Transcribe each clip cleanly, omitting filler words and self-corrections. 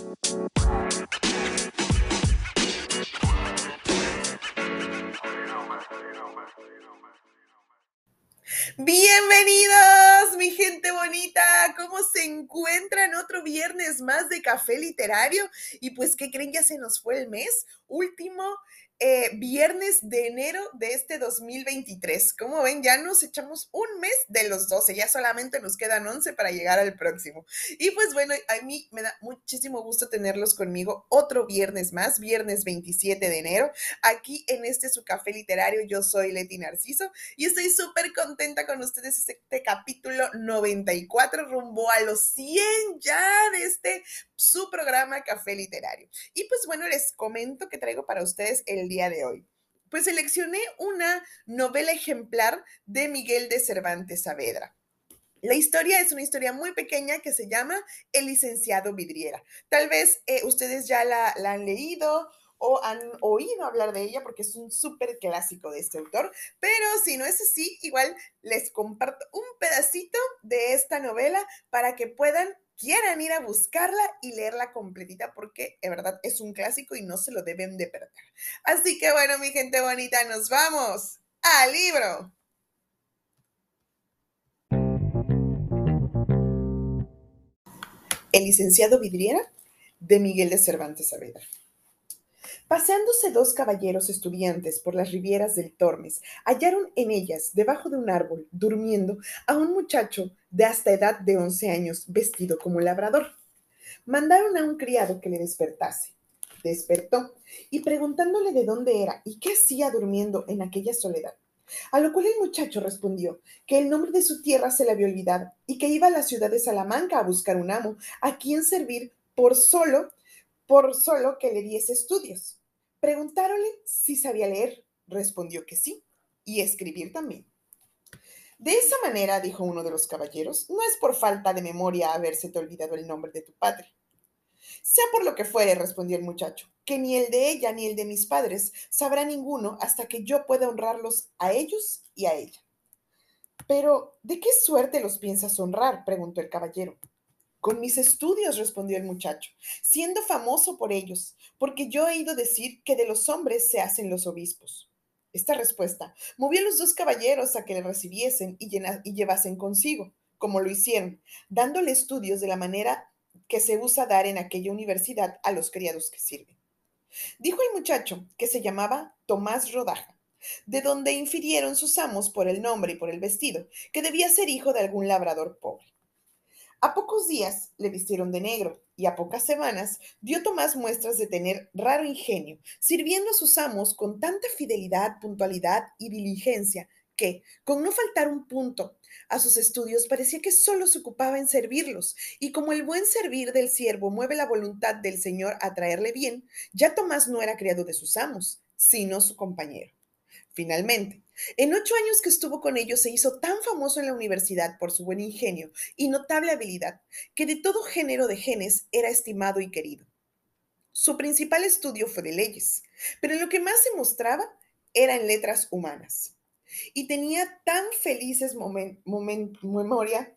Bienvenidos, mi gente bonita. ¿Cómo se encuentran? Otro viernes más de Café Literario. Y pues, ¿qué creen? Ya se nos fue el mes. Último viernes de enero de este 2023. Como ven, ya nos echamos un mes de los 12. Ya solamente nos quedan 11 para llegar al próximo. Y pues bueno, a mí me da muchísimo gusto tenerlos conmigo otro viernes más, viernes 27 de enero, aquí en su Café Literario. Yo soy Leti Narciso y estoy súper contenta con ustedes. Este capítulo 94 rumbo a los 100 ya de su programa Café Literario. Y pues bueno, les comento que traigo para ustedes el día de hoy. Pues seleccioné una novela ejemplar de Miguel de Cervantes Saavedra. La historia es una historia muy pequeña que se llama El licenciado Vidriera. Tal vez ustedes ya la han leído o han oído hablar de ella porque es un súper clásico de este autor, pero si no es así, igual les comparto un pedacito de esta novela para que quieran ir a buscarla y leerla completita porque de verdad es un clásico y no se lo deben de perder. Así que bueno, mi gente bonita, nos vamos al libro. El licenciado Vidriera, de Miguel de Cervantes Saavedra. Paseándose dos caballeros estudiantes por las ribieras del Tormes, hallaron en ellas, debajo de un árbol, durmiendo, a un muchacho de hasta edad de 11 años, vestido como labrador. Mandaron a un criado que le despertase. Despertó, y preguntándole de dónde era y qué hacía durmiendo en aquella soledad, a lo cual el muchacho respondió que el nombre de su tierra se le había olvidado y que iba a la ciudad de Salamanca a buscar un amo a quien servir por solo que le diese estudios. Preguntáronle si sabía leer. Respondió que sí, y escribir también. De esa manera, dijo uno de los caballeros, no es por falta de memoria habérsete olvidado el nombre de tu padre. Sea por lo que fuere, respondió el muchacho, que ni el de ella ni el de mis padres sabrá ninguno hasta que yo pueda honrarlos a ellos y a ella. Pero, ¿de qué suerte los piensas honrar? Preguntó el caballero. Con mis estudios, respondió el muchacho, siendo famoso por ellos, porque yo he oído decir que de los hombres se hacen los obispos. Esta respuesta movió a los dos caballeros a que le recibiesen y llevasen consigo, como lo hicieron, dándole estudios de la manera que se usa dar en aquella universidad a los criados que sirven. Dijo el muchacho que se llamaba Tomás Rodaja, de donde infirieron sus amos por el nombre y por el vestido, que debía ser hijo de algún labrador pobre. A pocos días le vistieron de negro y a pocas semanas dio Tomás muestras de tener raro ingenio, sirviendo a sus amos con tanta fidelidad, puntualidad y diligencia que, con no faltar un punto a sus estudios, parecía que solo se ocupaba en servirlos, y como el buen servir del siervo mueve la voluntad del Señor a traerle bien, ya Tomás no era criado de sus amos, sino su compañero. Finalmente, en 8 años que estuvo con ellos se hizo tan famoso en la universidad por su buen ingenio y notable habilidad, que de todo género de genes era estimado y querido. Su principal estudio fue de leyes, pero en lo que más se mostraba era en letras humanas. Y tenía tan felices memoria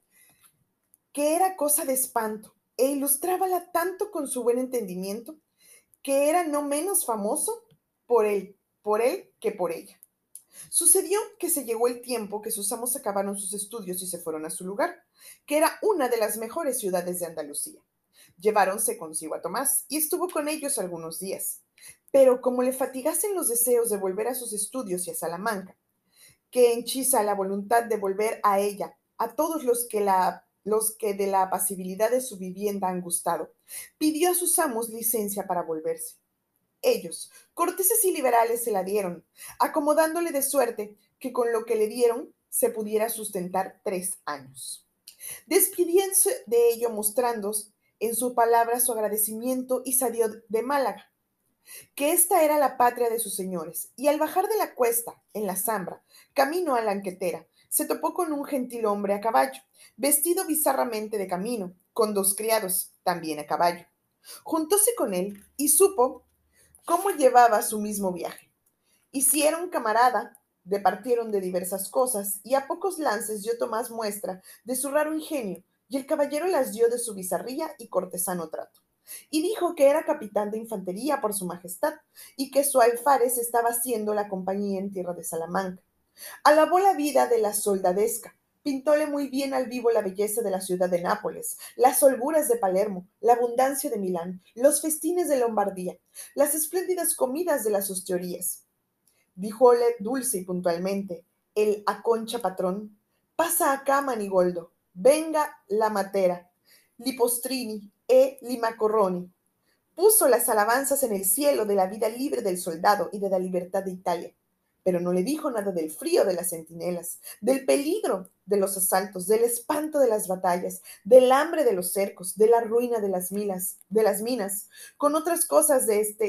que era cosa de espanto, e ilustrábala tanto con su buen entendimiento, que era no menos famoso por él que por ella. Sucedió que se llegó el tiempo que sus amos acabaron sus estudios y se fueron a su lugar, que era una de las mejores ciudades de Andalucía. Lleváronse consigo a Tomás y estuvo con ellos algunos días. Pero como le fatigasen los deseos de volver a sus estudios y a Salamanca, que henchiza la voluntad de volver a ella, a todos los que de la apacibilidad de su vivienda han gustado, pidió a sus amos licencia para volverse. Ellos, corteses y liberales, se la dieron, acomodándole de suerte que con lo que le dieron se pudiera sustentar 3 años. Despidíanse de ello mostrando en su palabra su agradecimiento y salió de Málaga, que esta era la patria de sus señores, y al bajar de la cuesta, en la zambra, camino a la Anquetera, se topó con un gentil hombre a caballo, vestido bizarramente de camino, con 2 criados, también a caballo. Juntóse con él y supo cómo llevaba su mismo viaje. Hicieron camarada, departieron de diversas cosas, y a pocos lances dio Tomás muestra de su raro ingenio, y el caballero las dio de su bizarría y cortesano trato. y dijo que era capitán de infantería por su majestad y que su alfárez estaba haciendo la compañía en tierra de Salamanca. Alabó la vida de la soldadesca, pintóle muy bien al vivo la belleza de la ciudad de Nápoles, las holguras de Palermo, la abundancia de Milán, los festines de Lombardía, las espléndidas comidas de las hosterías. Díjole dulce y puntualmente el Aconcha patrón: pasa acá, Manigoldo, venga la matera, Lipostrini e Limacorroni. Puso las alabanzas en el cielo de la vida libre del soldado y de la libertad de Italia, pero no le dijo nada del frío de las centinelas, del peligro de los asaltos, del espanto de las batallas, del hambre de los cercos, de la ruina de las minas, con otras cosas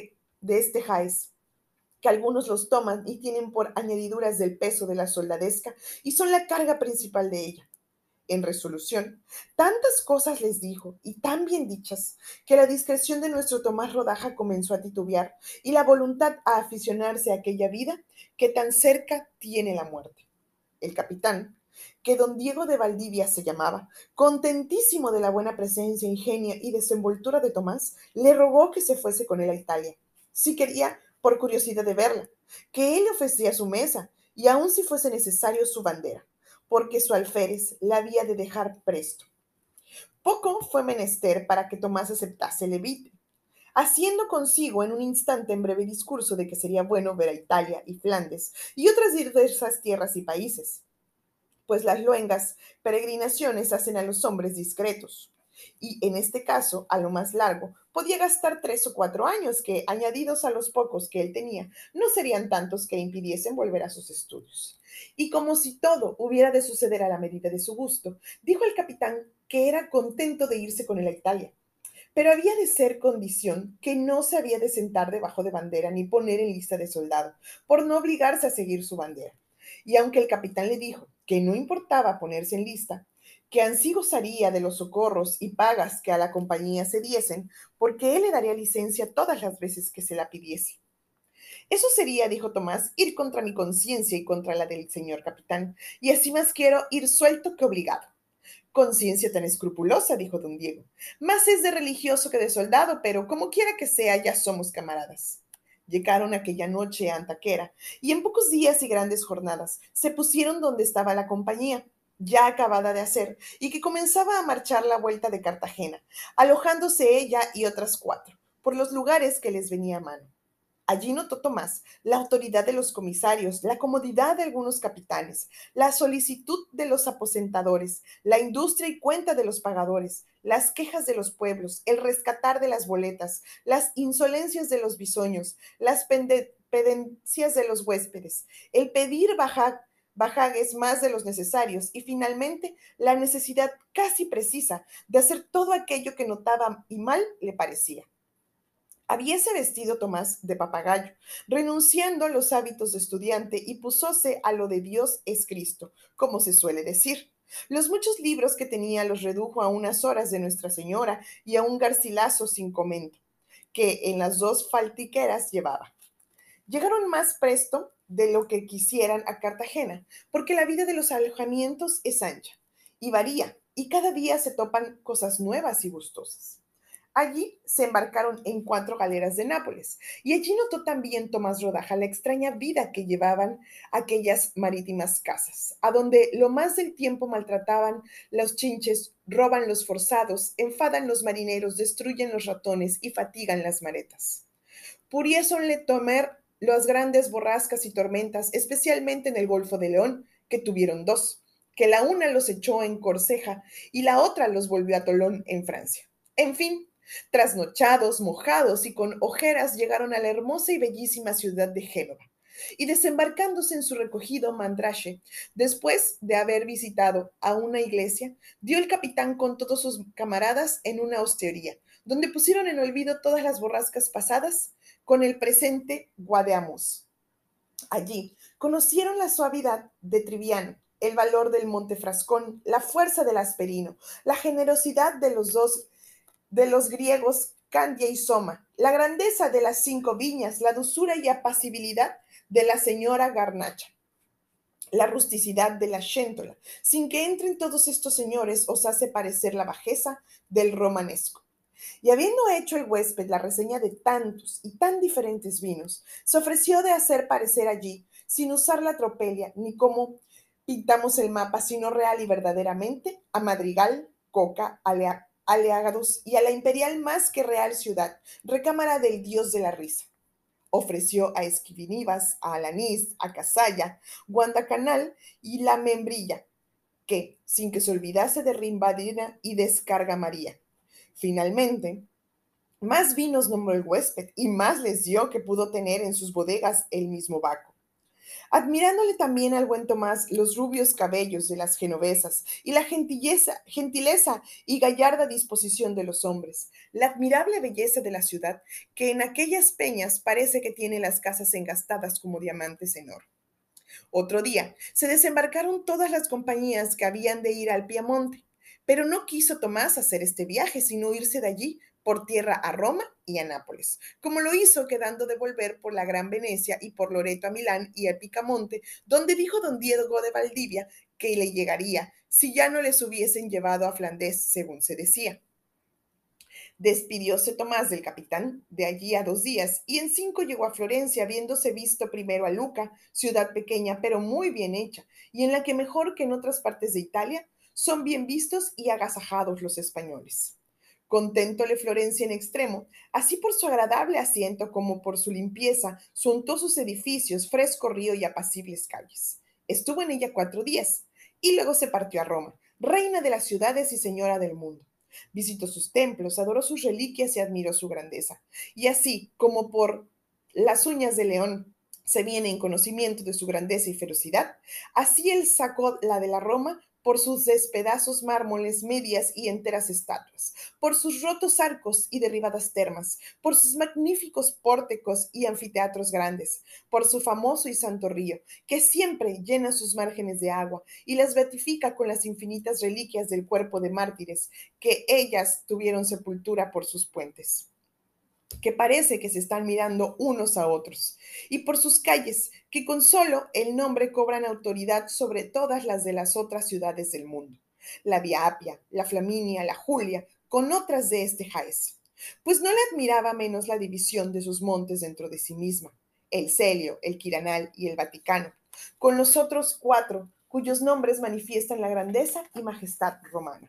de este jaez, que algunos los toman y tienen por añadiduras del peso de la soldadesca y son la carga principal de ella. En resolución, tantas cosas les dijo, y tan bien dichas, que la discreción de nuestro Tomás Rodaja comenzó a titubear, y la voluntad a aficionarse a aquella vida que tan cerca tiene la muerte. El capitán, que don Diego de Valdivia se llamaba, contentísimo de la buena presencia, ingenio y desenvoltura de Tomás, le rogó que se fuese con él a Italia, si quería, por curiosidad de verla, que él le ofrecía su mesa, y aun si fuese necesario su bandera, porque su alférez la había de dejar presto. Poco fue menester para que Tomás aceptase el levite, haciendo consigo en un instante en breve discurso de que sería bueno ver a Italia y Flandes y otras diversas tierras y países, pues las luengas peregrinaciones hacen a los hombres discretos. Y en este caso, a lo más largo, podía gastar 3 o 4 años que, añadidos a los pocos que él tenía, no serían tantos que impidiesen volver a sus estudios. Y como si todo hubiera de suceder a la medida de su gusto, dijo el capitán que era contento de irse con él a Italia, pero había de ser condición que no se había de sentar debajo de bandera ni poner en lista de soldado, por no obligarse a seguir su bandera. Y aunque el capitán le dijo que no importaba ponerse en lista, que ansí gozaría de los socorros y pagas que a la compañía se diesen, porque él le daría licencia todas las veces que se la pidiese. Eso sería, dijo Tomás, ir contra mi conciencia y contra la del señor capitán, y así más quiero ir suelto que obligado. Conciencia tan escrupulosa, dijo don Diego. Más es de religioso que de soldado, pero como quiera que sea, ya somos camaradas. Llegaron aquella noche a Antaquera, y en pocos días y grandes jornadas se pusieron donde estaba la compañía, ya acabada de hacer, y que comenzaba a marchar la vuelta de Cartagena, alojándose ella y otras 4, por los lugares que les venía a mano. Allí notó Tomás la autoridad de los comisarios, la comodidad de algunos capitanes, la solicitud de los aposentadores, la industria y cuenta de los pagadores, las quejas de los pueblos, el rescatar de las boletas, las insolencias de los bisoños, las pendencias de los huéspedes, el pedir bajagues más de los necesarios y finalmente la necesidad casi precisa de hacer todo aquello que notaba y mal le parecía. Habíase vestido Tomás de papagayo, renunciando a los hábitos de estudiante y púsose a lo de Dios es Cristo, como se suele decir. Los muchos libros que tenía los redujo a unas horas de Nuestra Señora y a un garcilaso sin comento, que en las 2 faltriqueras llevaba. Llegaron más presto de lo que quisieran a Cartagena, porque la vida de los alojamientos es ancha y varía, y cada día se topan cosas nuevas y gustosas. Allí se embarcaron en 4 galeras de Nápoles, y allí notó también Tomás Rodaja la extraña vida que llevaban aquellas marítimas casas, a donde lo más del tiempo maltrataban los chinches, roban los forzados, enfadan los marineros, destruyen los ratones y fatigan las maretas. Pudiéronle tomar las grandes borrascas y tormentas, especialmente en el Golfo de León, que tuvieron 2, que la una los echó en Corceja y la otra los volvió a Tolón en Francia. En fin, trasnochados, mojados y con ojeras llegaron a la hermosa y bellísima ciudad de Génova. Y desembarcándose en su recogido Mandrache, después de haber visitado a una iglesia, dio el capitán con todos sus camaradas en una hostería, donde pusieron en olvido todas las borrascas pasadas, con el presente guadeamos. Allí conocieron la suavidad de Triviano, el valor del Montefrascón, la fuerza del Asperino, la generosidad de los griegos Candia y Soma, la grandeza de las 5 viñas, la dulzura y apacibilidad de la señora Garnacha, la rusticidad de la Shéntola. Sin que entren todos estos señores, os hace parecer la bajeza del romanesco. Y habiendo hecho el huésped la reseña de tantos y tan diferentes vinos, se ofreció de hacer parecer allí, sin usar la tropelia ni como pintamos el mapa, sino real y verdaderamente, a Madrigal, Coca, Aleagados y a la imperial más que real ciudad, recámara del dios de la risa. Ofreció a Esquivinivas, a Alanís, a Casalla, Guandacanal y la Membrilla, que, sin que se olvidase de Rimbadina y Descarga María. Finalmente, más vinos nombró el huésped y más les dio que pudo tener en sus bodegas el mismo Baco. Admirándole también al buen Tomás los rubios cabellos de las genovesas y la gentileza y gallarda disposición de los hombres, la admirable belleza de la ciudad, que en aquellas peñas parece que tiene las casas engastadas como diamantes en oro. Otro día se desembarcaron todas las compañías que habían de ir al Piamonte, pero no quiso Tomás hacer este viaje, sino irse de allí por tierra a Roma y a Nápoles, como lo hizo quedando de volver por la Gran Venecia y por Loreto a Milán y a Picamonte, donde dijo don Diego de Valdivia que le llegaría si ya no les hubiesen llevado a Flandes, según se decía. Despidióse Tomás del capitán de allí a 2 días, y en 5 llegó a Florencia, habiéndose visto primero a Luca, ciudad pequeña pero muy bien hecha, y en la que mejor que en otras partes de Italia son bien vistos y agasajados los españoles. Conténtole Florencia en extremo, así por su agradable asiento como por su limpieza, suntuosos edificios, fresco río y apacibles calles. Estuvo en ella 4 días, y luego se partió a Roma, reina de las ciudades y señora del mundo. Visitó sus templos, adoró sus reliquias y admiró su grandeza. Y así como por las uñas de león se viene en conocimiento de su grandeza y ferocidad, así él sacó la de la Roma por sus despedazos mármoles, medias y enteras estatuas, por sus rotos arcos y derribadas termas, por sus magníficos pórticos y anfiteatros grandes, por su famoso y santo río, que siempre llena sus márgenes de agua y las beatifica con las infinitas reliquias del cuerpo de mártires, que ellas tuvieron sepultura por sus puentes, que parece que se están mirando unos a otros, y por sus calles, que con solo el nombre cobran autoridad sobre todas las de las otras ciudades del mundo, la Vía Apia, la Flaminia, la Julia, con otras de este Jaez. Pues no le admiraba menos la división de sus montes dentro de sí misma, el Celio, el Quiranal y el Vaticano, con los otros 4, cuyos nombres manifiestan la grandeza y majestad romana.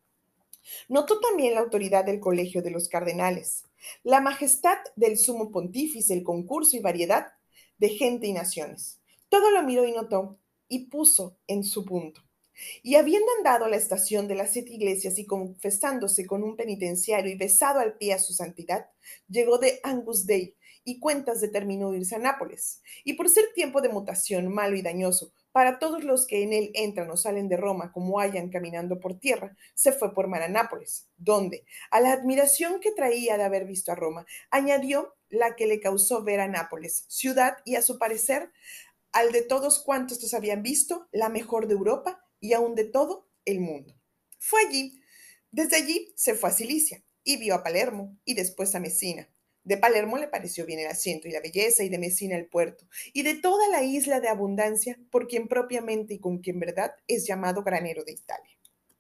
Notó también la autoridad del colegio de los cardenales, la majestad del sumo pontífice, el concurso y variedad de gente y naciones. Todo lo miró y notó y puso en su punto. Y habiendo andado a la estación de las 7 iglesias y confesándose con un penitenciario y besado al pie a su santidad, llegó de Angus Dei y cuentas determinó irse a Nápoles. Y por ser tiempo de mutación malo y dañoso para todos los que en él entran o salen de Roma como vayan caminando por tierra, se fue por mar a Nápoles, donde, a la admiración que traía de haber visto a Roma, añadió la que le causó ver a Nápoles, ciudad y a su parecer al de todos cuantos los habían visto, la mejor de Europa y aún de todo el mundo. Fue allí. Desde allí se fue a Cilicia y vio a Palermo y después a Mesina. De Palermo le pareció bien el asiento y la belleza, y de Mesina el puerto, y de toda la isla de abundancia, por quien propiamente y con quien verdad es llamado granero de Italia.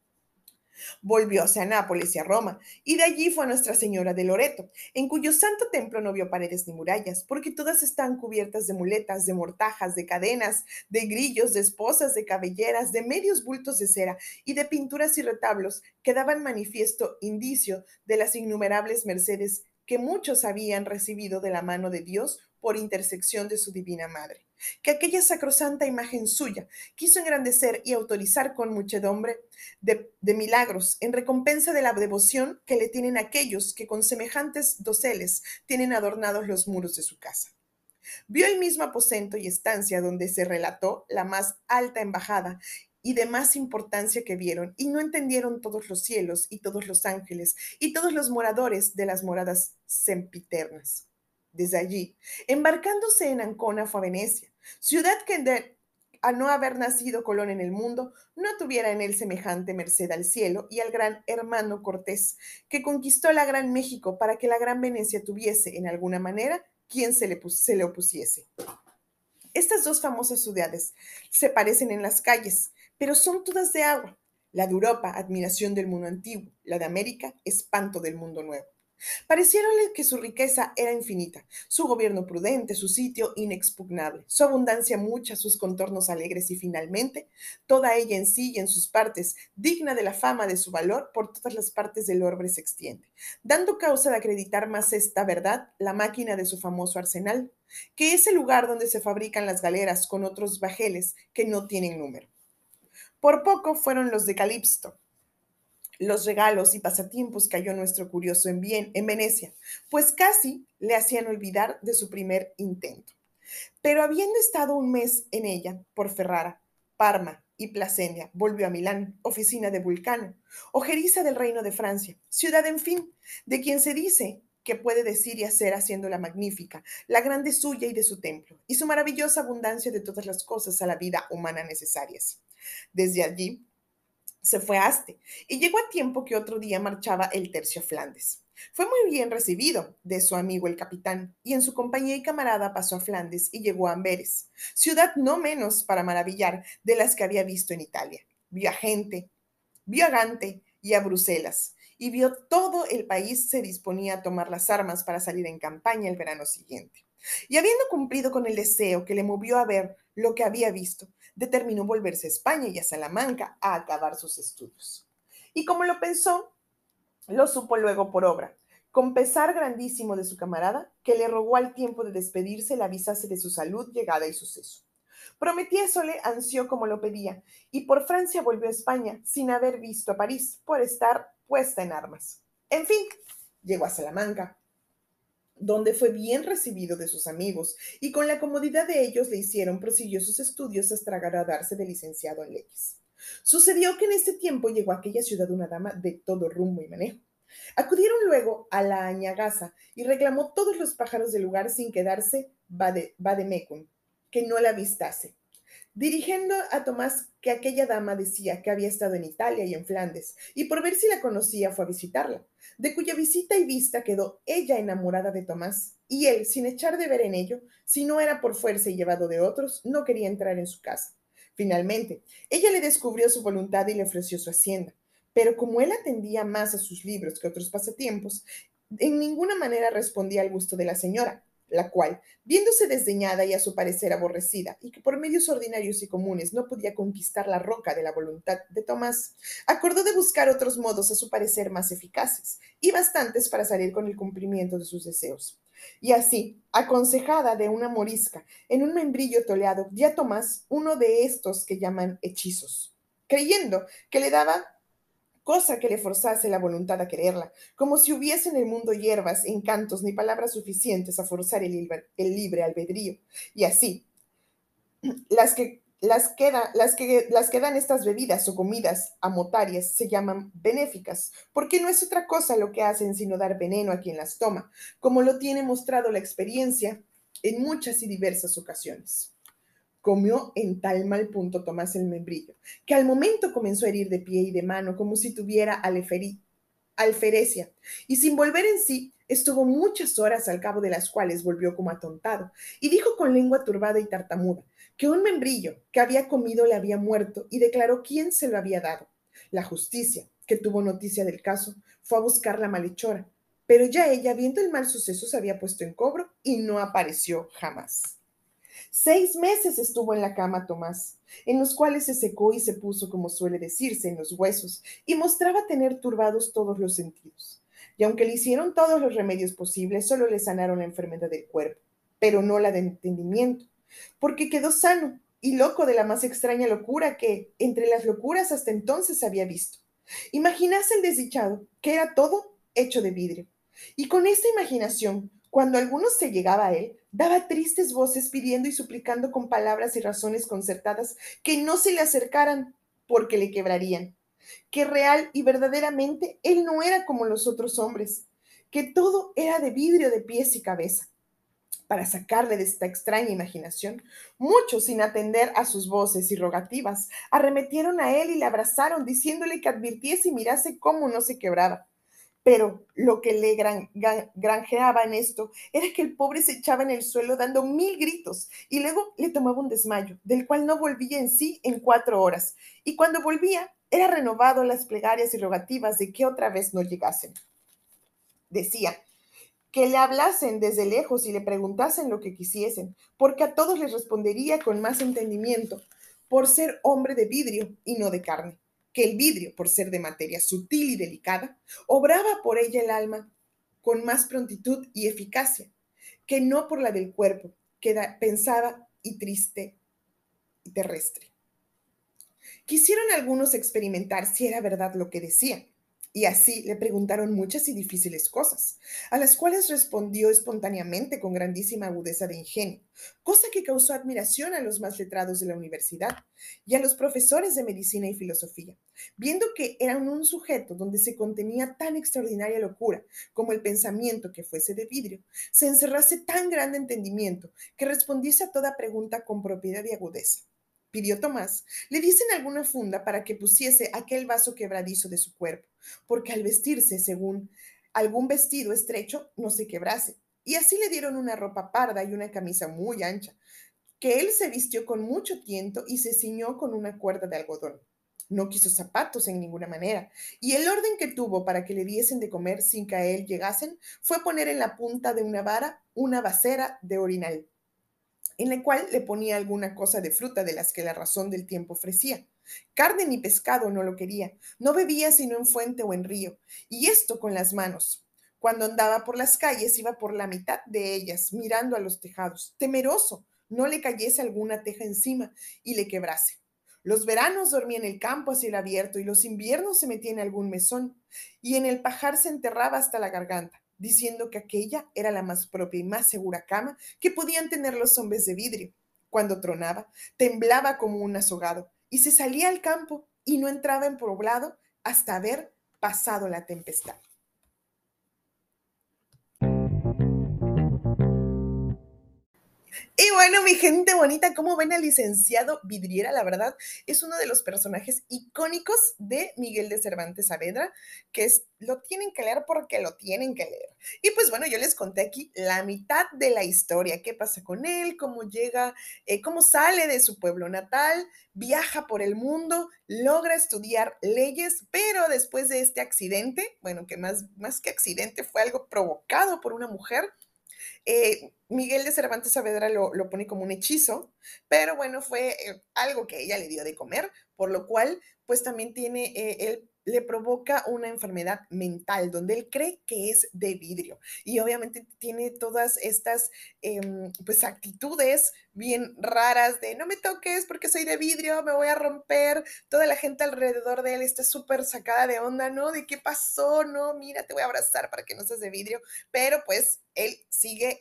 Volvióse a Nápoles y a Roma, y de allí fue a Nuestra Señora de Loreto, en cuyo santo templo no vio paredes ni murallas, porque todas están cubiertas de muletas, de mortajas, de cadenas, de grillos, de esposas, de cabelleras, de medios bultos de cera y de pinturas y retablos que daban manifiesto indicio de las innumerables mercedes que muchos habían recibido de la mano de Dios por intersección de su divina madre, que aquella sacrosanta imagen suya quiso engrandecer y autorizar con muchedumbre de milagros en recompensa de la devoción que le tienen aquellos que con semejantes doseles tienen adornados los muros de su casa. Vio el mismo aposento y estancia donde se relató la más alta embajada y de más importancia que vieron, y no entendieron todos los cielos y todos los ángeles y todos los moradores de las moradas sempiternas. Desde allí, embarcándose en Ancona, fue a Venecia, ciudad que a no haber nacido Colón en el mundo, no tuviera en él semejante merced al cielo y al gran hermano Cortés, que conquistó la gran México para que la gran Venecia tuviese, en alguna manera, quien se le opusiese. Estas 2 famosas ciudades se parecen en las calles, pero son todas de agua. La de Europa, admiración del mundo antiguo, la de América, espanto del mundo nuevo. Pareciéronle que su riqueza era infinita, su gobierno prudente, su sitio inexpugnable, su abundancia mucha, sus contornos alegres y finalmente, toda ella en sí y en sus partes, digna de la fama de su valor, por todas las partes del orbe se extiende, dando causa de acreditar más esta verdad la máquina de su famoso arsenal, que es el lugar donde se fabrican las galeras con otros bajeles que no tienen número. Por poco fueron los de Calipso, los regalos y pasatiempos que halló nuestro curioso en Venecia, pues casi le hacían olvidar de su primer intento. Pero habiendo estado un mes en ella, por Ferrara, Parma y Plasencia, volvió a Milán, oficina de Vulcano, ojeriza del reino de Francia, ciudad, en fin, de quien se dice que puede decir y hacer haciéndola magnífica, la grande suya y de su templo, y su maravillosa abundancia de todas las cosas a la vida humana necesarias. Desde allí se fue a Este y llegó a tiempo que otro día marchaba el tercio a Flandes. Fue muy bien recibido de su amigo el capitán, y en su compañía y camarada pasó a Flandes y llegó a Amberes, ciudad no menos para maravillar de las que había visto en Italia. Vio a gente, vio a Gante y a Bruselas, y vio todo el país se disponía a tomar las armas para salir en campaña el verano siguiente. Y habiendo cumplido con el deseo que le movió a ver lo que había visto, determinó volverse a España y a Salamanca a acabar sus estudios. Y como lo pensó, lo supo luego por obra, con pesar grandísimo de su camarada, que le rogó al tiempo de despedirse le avisase de su salud, llegada y suceso. Prometiésole ansió como lo pedía, y por Francia volvió a España, sin haber visto a París, por estar puesta en armas. En fin, llegó a Salamanca, donde fue bien recibido de sus amigos, y con la comodidad de ellos le hicieron prosiguió sus estudios hasta graduarse de licenciado en leyes. Sucedió que en este tiempo llegó a aquella ciudad una dama de todo rumbo y manejo. Acudieron luego a la añagaza y reclamó todos los pájaros del lugar sin quedarse vademecum, que no la vistase. Dirigiendo a Tomás que aquella dama decía que había estado en Italia y en Flandes, y por ver si la conocía fue a visitarla, de cuya visita y vista quedó ella enamorada de Tomás, y él, sin echar de ver en ello, si no era por fuerza y llevado de otros, no quería entrar en su casa. Finalmente, ella le descubrió su voluntad y le ofreció su hacienda, pero como él atendía más a sus libros que a otros pasatiempos, en ninguna manera respondía al gusto de la señora, la cual, viéndose desdeñada y a su parecer aborrecida, y que por medios ordinarios y comunes no podía conquistar la roca de la voluntad de Tomás, acordó de buscar otros modos a su parecer más eficaces y bastantes para salir con el cumplimiento de sus deseos. Y así, aconsejada de una morisca en un membrillo toleado, di a Tomás uno de estos que llaman hechizos, creyendo que le daba cosa que le forzase la voluntad a quererla, como si hubiese en el mundo hierbas, encantos ni palabras suficientes a forzar el libre albedrío. Y así, las que dan estas bebidas o comidas amotarias se llaman benéficas, porque no es otra cosa lo que hacen sino dar veneno a quien las toma, como lo tiene mostrado la experiencia en muchas y diversas ocasiones. Comió en tal mal punto Tomás el membrillo, que al momento comenzó a herir de pie y de mano como si tuviera alferecia, y sin volver en sí, estuvo muchas horas al cabo de las cuales volvió como atontado, y dijo con lengua turbada y tartamuda, que un membrillo que había comido le había muerto, y declaró quién se lo había dado. La justicia, que tuvo noticia del caso, fue a buscar la malhechora, pero ya ella, viendo el mal suceso, se había puesto en cobro y no apareció jamás. 6 meses estuvo en la cama Tomás, en los cuales se secó y se puso, como suele decirse, en los huesos, y mostraba tener turbados todos los sentidos. Y aunque le hicieron todos los remedios posibles, solo le sanaron la enfermedad del cuerpo, pero no la de entendimiento, porque quedó sano y loco de la más extraña locura que, entre las locuras hasta entonces había visto. Imaginase el desdichado, que era todo hecho de vidrio. Y con esta imaginación, cuando alguno se llegaba a él, daba tristes voces pidiendo y suplicando con palabras y razones concertadas que no se le acercaran porque le quebrarían, que real y verdaderamente él no era como los otros hombres, que todo era de vidrio de pies y cabeza. Para sacarle de esta extraña imaginación, muchos, sin atender a sus voces y rogativas, arremetieron a él y le abrazaron, diciéndole que advirtiese y mirase cómo no se quebraba. Pero lo que le granjeaba en esto era que el pobre se echaba en el suelo dando 1000 gritos y luego le tomaba un desmayo, del cual no volvía en sí en 4 horas. Y cuando volvía, Era renovado las plegarias y rogativas de que otra vez no llegasen. Decía, que le hablasen desde lejos y le preguntasen lo que quisiesen, porque a todos les respondería con más entendimiento, por ser hombre de vidrio y no de carne, que el vidrio, por ser de materia sutil y delicada, obraba por ella el alma con más prontitud y eficacia, que no por la del cuerpo, que pensaba y triste y terrestre. Quisieron algunos experimentar si era verdad lo que decía, y así le preguntaron muchas y difíciles cosas, a las cuales respondió espontáneamente con grandísima agudeza de ingenio, cosa que causó admiración a los más letrados de la universidad y a los profesores de medicina y filosofía, viendo que era un sujeto donde se contenía tan extraordinaria locura como el pensamiento que fuese de vidrio, se encerrase tan grande entendimiento que respondiese a toda pregunta con propiedad y agudeza. Pidió Tomás le diesen alguna funda para que pusiese aquel vaso quebradizo de su cuerpo, porque al vestirse según algún vestido estrecho no se quebrase. Y así le dieron una ropa parda y una camisa muy ancha, que él se vistió con mucho tiento y se ciñó con una cuerda de algodón. No quiso zapatos en ninguna manera, y el orden que tuvo para que le diesen de comer sin que a él llegasen fue poner en la punta de una vara una vasera de orinal en la cual le ponía alguna cosa de fruta de las que la razón del tiempo ofrecía. Carne ni pescado no lo quería, no bebía sino en fuente o en río, y esto con las manos. Cuando andaba por las calles iba por la mitad de ellas, mirando a los tejados, temeroso no le cayese alguna teja encima y le quebrase. Los veranos dormía en el campo a cielo abierto y los inviernos se metía en algún mesón y en el pajar se enterraba hasta la garganta, diciendo que aquella era la más propia y más segura cama que podían tener los hombres de vidrio. Cuando tronaba, temblaba como un azogado y se salía al campo y no entraba en poblado hasta haber pasado la tempestad. Y bueno, mi gente bonita, ¿cómo ven al licenciado Vidriera? La verdad, es uno de los personajes icónicos de Miguel de Cervantes Saavedra, lo tienen que leer porque lo tienen que leer. Y pues bueno, yo les conté aquí la mitad de la historia, qué pasa con él, cómo llega, cómo sale de su pueblo natal, viaja por el mundo, logra estudiar leyes, pero después de este accidente, bueno, que más que accidente fue algo provocado por una mujer. Miguel de Cervantes Saavedra lo pone como un hechizo, pero bueno, fue algo que ella le dio de comer, por lo cual, pues también él le provoca una enfermedad mental donde él cree que es de vidrio y obviamente tiene todas estas pues actitudes bien raras de no me toques porque soy de vidrio, me voy a romper, toda la gente alrededor de él está súper sacada de onda, ¿no? ¿De qué pasó? No, mira, te voy a abrazar para que no seas de vidrio, pero pues él sigue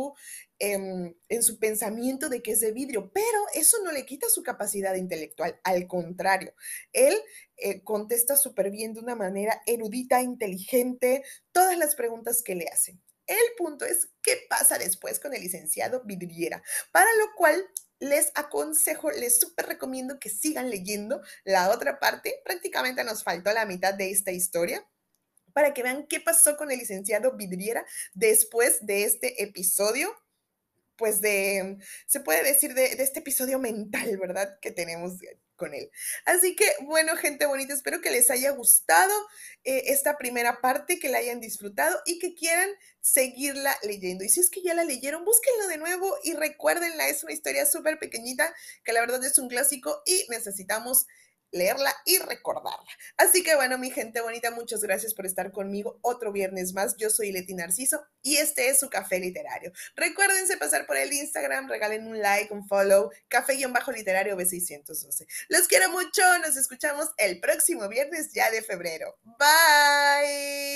en su pensamiento de que es de vidrio, pero eso no le quita su capacidad intelectual, al contrario, él contesta súper bien de una manera erudita, inteligente, todas las preguntas que le hacen. El punto es, ¿qué pasa después con el licenciado Vidriera? Para lo cual les aconsejo, les súper recomiendo que sigan leyendo la otra parte. Prácticamente nos faltó la mitad de esta historia para que vean qué pasó con el licenciado Vidriera después de este episodio, pues se puede decir de este episodio mental, ¿verdad? Que tenemos con él. Así que, bueno, gente bonita, espero que les haya gustado esta primera parte, que la hayan disfrutado y que quieran seguirla leyendo. Y si es que ya la leyeron, búsquenlo de nuevo y recuérdenla, es una historia súper pequeñita, que la verdad es un clásico y necesitamos leerla y recordarla. Así que bueno, mi gente bonita, muchas gracias por estar conmigo otro viernes más. Yo soy Leti Narciso y este es su Café Literario. Recuérdense pasar por el Instagram, regalen un like, un follow, café-literario B612. Los quiero mucho, nos escuchamos el próximo viernes ya de febrero. Bye.